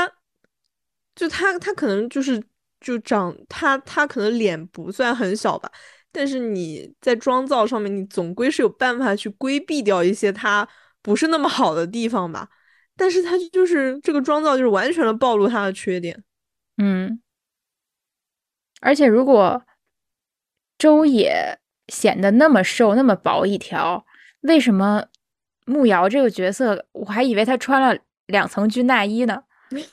他可能他可能脸不算很小吧，但是你在妆造上面，你总归是有办法去规避掉一些他不是那么好的地方吧。但是他就是这个妆造就是完全的暴露他的缺点。 嗯，而且如果周也显得那么瘦，那么薄一条，为什么慕瑶这个角色，我还以为她穿了2层军大衣呢？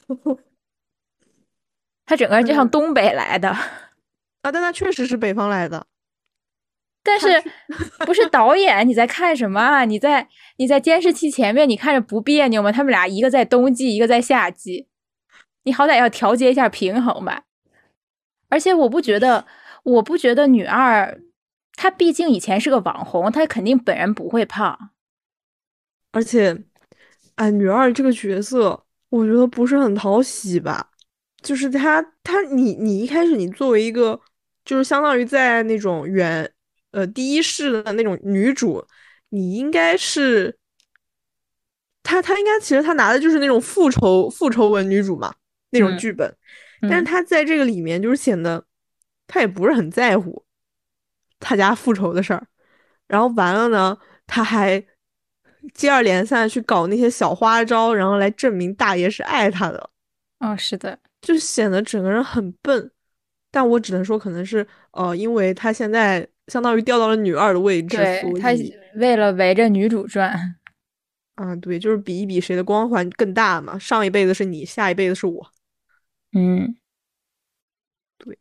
她整个人就像嗯东北来的。 啊，但他确实是北方来的。 但是他去不是导演，你在看什么啊？你在监视器前面，你看着不别扭吗？他们俩一个在冬季，一个在夏季，你好歹要调节一下平衡吧。而且我不觉得女二，她毕竟以前是个网红，她肯定本人不会胖。 而且，哎，女二这个角色，我觉得不是很讨喜吧。就是你一开始你作为一个，就是相当于在那种第一世的那种女主，你应该是她应该其实她拿的就是那种复仇文女主嘛，那种嗯剧本。但是嗯， 她在这个里面就是显得她也不是很在乎她家复仇的事儿。然后完了呢，她还接二连三的去搞那些小花招，然后来证明大爷是爱他的， 哦，是的， 就显得整个人很笨。但我只能说，可能是因为他现在相当于掉到了女二的位置， 对，他所以为了围着女主转。 啊，对，就是比一比谁的光环更大嘛。上一辈子是你，下一辈子是我。 嗯， 对，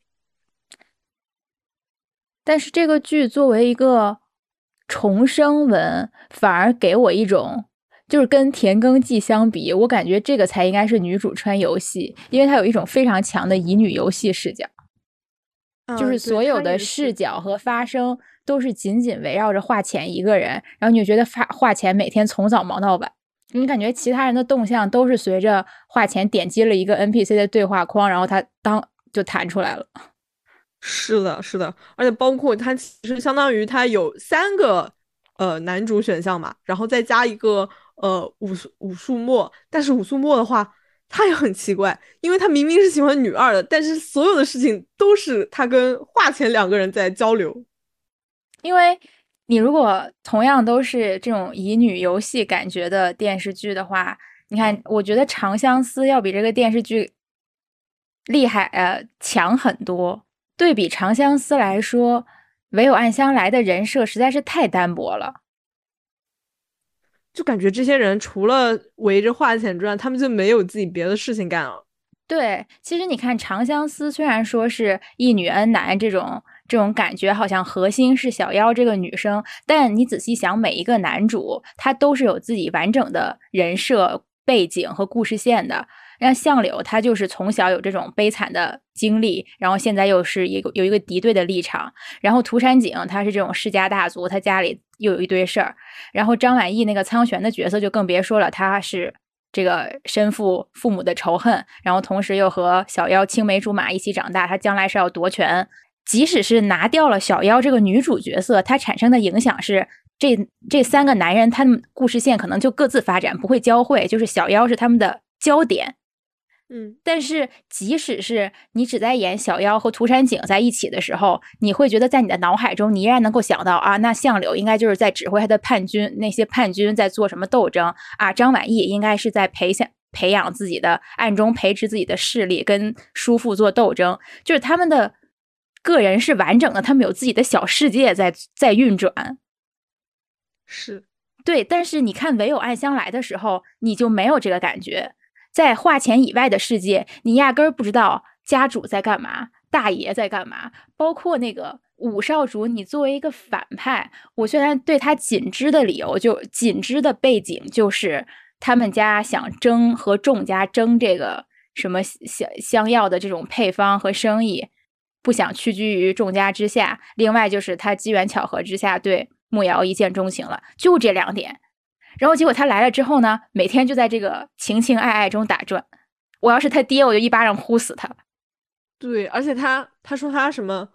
但是这个剧作为一个重生文，反而给我一种，就是跟《田耕记》相比，我感觉这个才应该是女主穿游戏，因为它有一种非常强的乙女游戏视角，就是嗯，对， 所有他的视也是。 角和发生都是紧紧围绕着华浅一个人，然后你就觉得华浅每天从早忙到晚，你感觉其他人的动向都是随着华浅点击了一个 NPC 的对话框，然后他就弹出来了。 是的，是的，而且包括它其实相当于它有3个男主选项嘛，然后再加一个武术墨，但是武术墨的话，他也很奇怪，因为他明明是喜欢女二的，但是所有的事情都是他跟华浅两个人在交流。 因为你如果同样都是这种乙女游戏感觉的电视剧的话，你看，我觉得《长相思》要比这个电视剧厉害强很多。对比《长相思》来说，唯有暗香来的人设实在是太单薄了。 就感觉这些人除了围着华浅转，他们就没有自己别的事情干了。 对，其实你看《长相思》，虽然说是一女恩男这种感觉，好像核心是小妖这个女生，但你仔细想，每一个男主他都是有自己完整的人设背景和故事线的。像相柳，他就是从小有这种悲惨的经历，然后现在又是有一个敌对的立场。然后涂山璟他是这种世家大族，他家里又有一堆事儿。然后张晚意那个苍玄的角色就更别说了，他是这个身负父母的仇恨，然后同时又和小妖青梅竹马一起长大，他将来是要夺权。即使是拿掉了小妖这个女主角色，它产生的影响是这3个男人他们故事线可能就各自发展，不会交汇，就是小妖是他们的焦点。 嗯， 但是，即使是你只在演小妖和涂山璟在一起的时候，你会觉得在你的脑海中，你依然能够想到啊，那相柳应该就是在指挥他的叛军，那些叛军在做什么斗争啊？张晚意应该是在培养自己的，暗中培植自己的势力，跟叔父做斗争。就是他们的个人是完整的，他们有自己的小世界在运转。 是。 对，但是你看唯有暗香来的时候，你就没有这个感觉。在花钱以外的世界，你压根儿不知道家主在干嘛，大爷在干嘛，包括那个武少主，你作为一个反派，我虽然对他紧支的理由，就紧支的背景就是他们家想争和众家争这个什么香药的这种配方和生意，不想屈居于众家之下。另外就是他机缘巧合之下对慕瑶一见钟情了，就这2点。然后结果他来了之后呢，每天就在这个情情爱爱中打转。我要是他爹，我就一巴掌呼死他。 对，而且他说他什么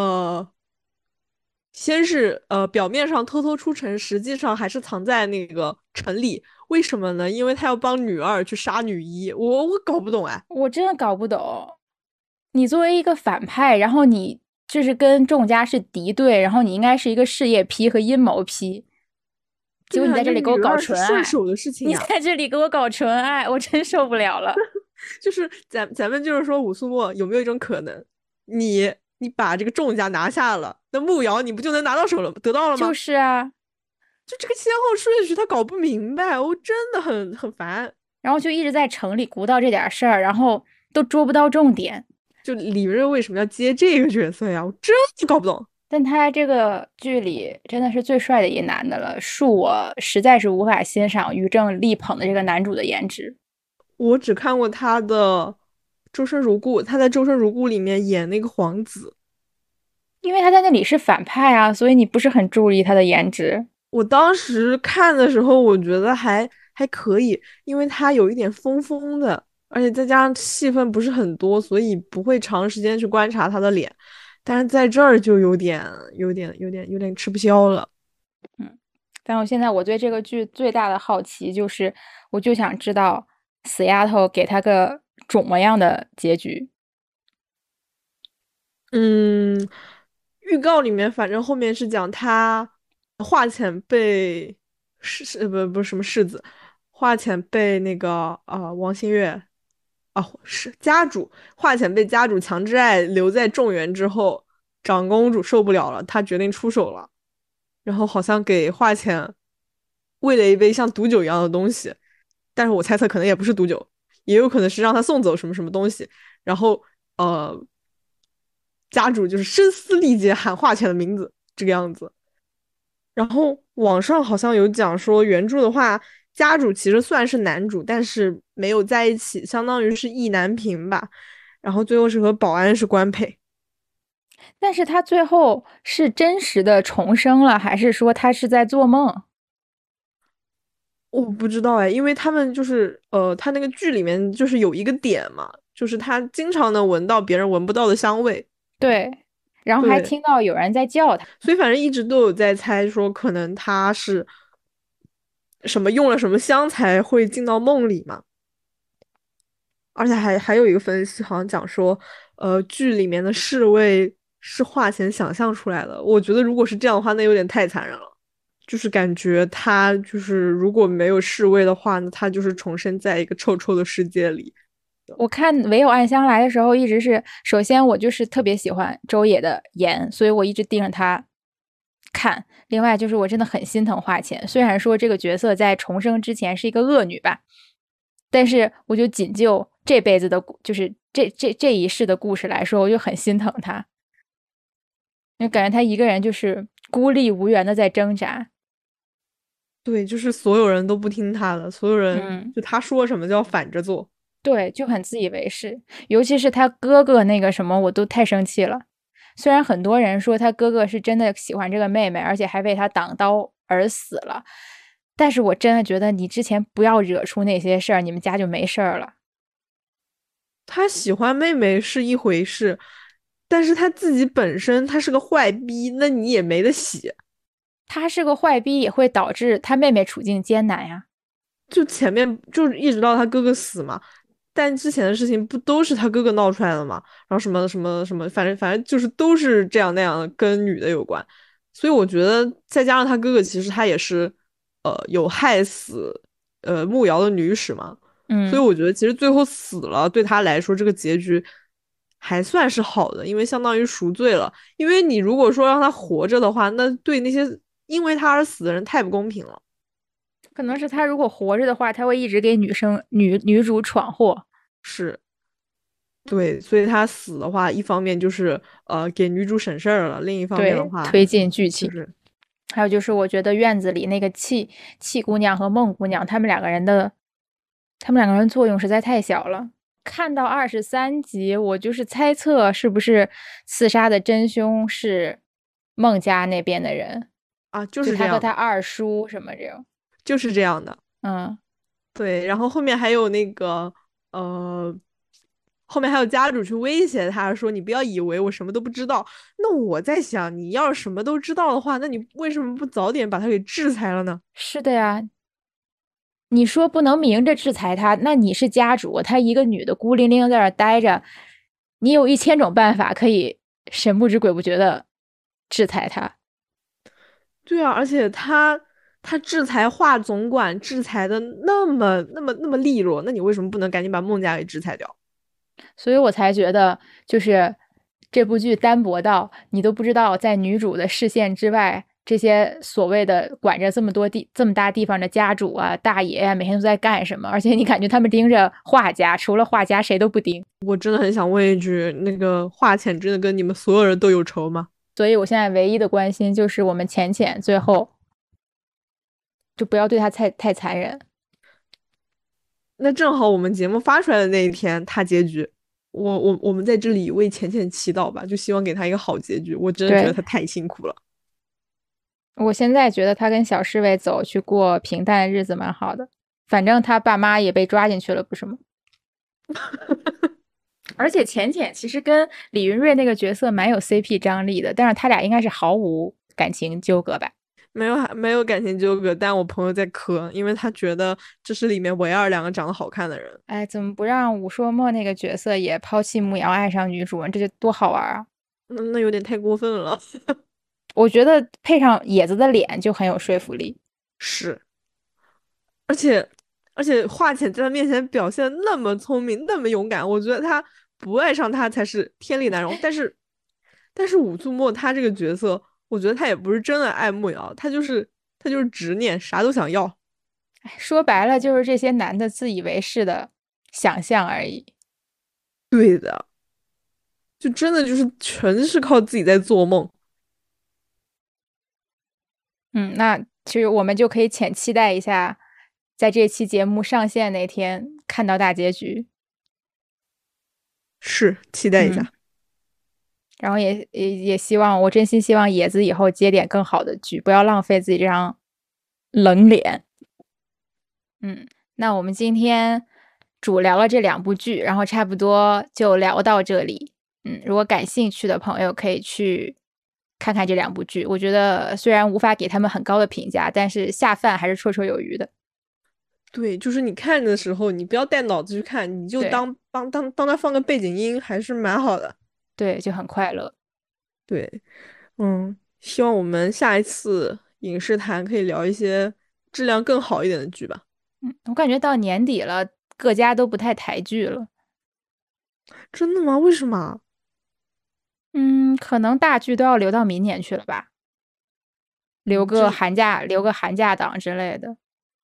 先是表面上偷偷出城，实际上还是藏在那个城里。为什么呢？因为他要帮女二去杀女一。我搞不懂哎。 我真的搞不懂，你作为一个反派，然后你就是跟众家是敌对，然后你应该是一个事业批和阴谋批，结果对啊， 你在这里给我搞那女二是纯爱， 顺手的事情你呀。 在这里给我搞纯爱，我真受不了了。 就是咱们就是说，武苏墨有没有一种可能，你把这个众家拿下了，那慕瑶你不就能拿到手了，得到了就吗？ 是啊， 就这个先后顺序他搞不明白，我真的很烦。 然后就一直在城里鼓捣这点事儿，然后都捉不到重点。 就李润为什么要接这个角色呀？我真的搞不懂。 但他这个剧里真的是最帅的一男的了，恕我实在是无法欣赏于正力捧的这个男主的颜值。 我只看过他的《周生如故》，他在《周生如故》里面演那个皇子。 因为他在那里是反派啊，所以你不是很注意他的颜值。 我当时看的时候，我觉得还可以，因为他有一点疯疯的，而且再加上戏份不是很多，所以不会长时间去观察他的脸。但是在这儿就有点吃不消了。 嗯，但我现在我对这个剧最大的好奇就是，我就想知道死丫头给他个肿么样的结局。 嗯，预告里面反正后面是讲他华浅被不是什么世子，华浅被那个王馨月是家主，华浅被家主强制爱留在众园之后，长公主受不了了，她决定出手了，然后好像给华浅喂了一杯像毒酒一样的东西，但是我猜测可能也不是毒酒，也有可能是让他送走什么什么东西，然后家主就是声嘶力竭喊华浅的名字这个样子。然后网上好像有讲说，原著的话，家主其实算是男主，但是没有在一起，相当于是意难平吧。然后最后是和保安是官配。 但是他最后是真实的重生了，还是说他是在做梦？ 我不知道哎，因为他们就是他那个剧里面就是有一个点嘛，就是他经常能闻到别人闻不到的香味。 对，然后还对， 听到有人在叫他。 所以反正一直都有在猜说，可能他是什么用了什么香才会进到梦里嘛。而且还有一个分析，好像讲说，剧里面的侍卫是华浅想象出来的。我觉得如果是这样的话，那有点太残忍了。就是感觉他就是如果没有侍卫的话，那他就是重生在一个臭臭的世界里。 我看《唯有暗香来》的时候，一直是首先我就是特别喜欢周也的颜，所以我一直盯着他看。另外就是我真的很心疼华浅，虽然说这个角色在重生之前是一个恶女吧，但是我就仅就这辈子的，就是这一世的故事来说，我就很心疼他，因为感觉他一个人就是孤立无援的在挣扎。 对，就是所有人都不听他的，所有人嗯， 就他说什么就要反着做。 对，就很自以为是，尤其是他哥哥那个什么，我都太生气了。虽然很多人说他哥哥是真的喜欢这个妹妹，而且还为她挡刀而死了，但是我真的觉得你之前不要惹出那些事儿，你们家就没事儿了。 他喜欢妹妹是一回事，但是他自己本身他是个坏逼，那你也没得洗。 他是个坏逼，也会导致他妹妹处境艰难呀。 就前面就是一直到他哥哥死嘛，但之前的事情不都是他哥哥闹出来的嘛？然后什么什么什么，反正就是都是这样那样的，跟女的有关。所以我觉得再加上他哥哥，其实他也是有害死慕瑶的女使嘛，所以嗯， 我觉得其实最后死了，对他来说这个结局还算是好的，因为相当于赎罪了。因为你如果说让他活着的话，那对那些因为他而死的人太不公平了。 可能是他如果活着的话，他会一直给女主闯祸。 是。对，所以他死的话，一方面就是给女主省事儿了，另一方面的对， 话推进剧情。 就是还有就是，我觉得院子里那个气姑娘和梦姑娘，他们两个人作用实在太小了。看到23集，我就是猜测是不是刺杀的真凶是孟家那边的人， 就就他和他是这样的， 二叔什么这种。 就是这样的。 嗯， 对，然后后面还有那个呃，后面还有家主去威胁他说："你不要以为我什么都不知道。"那我在想，你要是什么都知道的话，那你为什么不早点把他给制裁了呢？ 是的呀。你说不能明着制裁他，那你是家主，他一个女的孤零零在那儿待着，你有1000种办法可以神不知鬼不觉的制裁他。 对啊，而且他制裁华总管制裁的那么利落，那你为什么不能赶紧把孟家给制裁掉？ 所以我才觉得，就是这部剧单薄到你都不知道，在女主的视线之外，这些所谓的管着这么大地方的家主啊、大爷啊，每天都在干什么？而且你感觉他们盯着画家，除了画家谁都不盯。 我真的很想问一句，那个华浅真的跟你们所有人都有仇吗？ 所以我现在唯一的关心就是我们浅最后就不要对他太残忍。 那正好我们节目发出来的那一天，他结局，我们在这里为浅浅祈祷吧，就希望给他一个好结局。我真的觉得对， 他太辛苦了。 我现在觉得他跟小侍卫走去过平淡的日子蛮好的，反正他爸妈也被抓进去了，不是吗？而且浅浅其实跟李云瑞那个角色蛮有 CP 张力的，但是他俩应该是毫无感情纠葛吧？ 没有感情纠葛，但我朋友在磕，因为他觉得这是里面唯二两个长得好看的人。 哎，怎么不让武硕墨那个角色也抛弃慕瑶爱上女主？这就多好玩啊！ 那有点太过分了。 我觉得配上野子的脸就很有说服力。 是， 而且华浅在他面前表现那么聪明，那么勇敢，我觉得他不爱上他才是天理难容。但是武素墨他这个角色，我觉得他也不是真的爱慕瑶，他就是执念，啥都想要。 说白了就是这些男的自以为是的想象而已。 对的，就真的就是全是靠自己在做梦。 那其实我们就可以浅期待一下，在这期节目上线那天看到大结局。 是，期待一下。 然后也希望，我真心希望野子以后接点更好的剧，不要浪费自己这张冷脸。那我们今天主聊了这2部剧，然后差不多就聊到这里。如果感兴趣的朋友可以去看看这2部剧，我觉得虽然无法给他们很高的评价，但是下饭还是绰绰有余的。 对，就是你看的时候，你不要带脑子去看，你就当它放个背景音，还是蛮好的。 对，就很快乐。 对，希望我们下一次影视谈可以聊一些质量更好一点的剧吧。 我感觉到年底了，各家都不太抬剧了。 真的吗？为什么？ 可能大剧都要留到明年去了吧，留个寒假档之类的。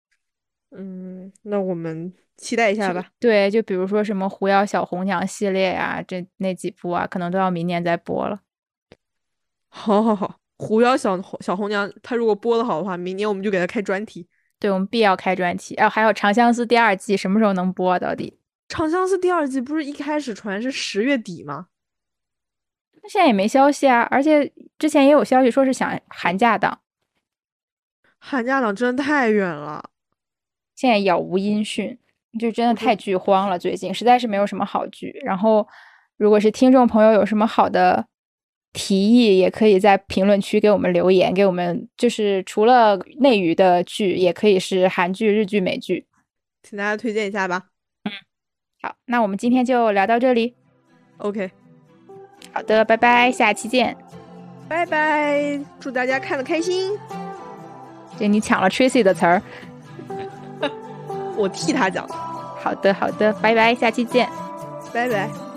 那我们期待一下吧。 对，就比如说什么狐妖小红娘系列呀，那几部啊，可能都要明年再播了。 好，狐妖小红娘，她如果播的好的话，明年我们就给她开专题。 对，我们必要开专题。还有长相思第2季什么时候能播？到底？ 长相思第2季不是一开始传是10月底吗？ 那现在也没消息啊，而且之前也有消息说是想寒假档。 寒假档真的太远了， 现在杳无音讯，就真的太剧荒了。最近实在是没有什么好剧。然后，如果是听众朋友有什么好的提议，也可以在评论区给我们留言，给我们就是除了内娱的剧，也可以是韩剧、日剧、美剧， 请大家推荐一下吧。 好，那我们今天就聊到这里。 OK， 好的，拜拜，下期见。 拜拜，祝大家看得开心。 这你抢了 Tracy 的词儿。 我替他讲。 好的，拜拜，下期见。 拜拜。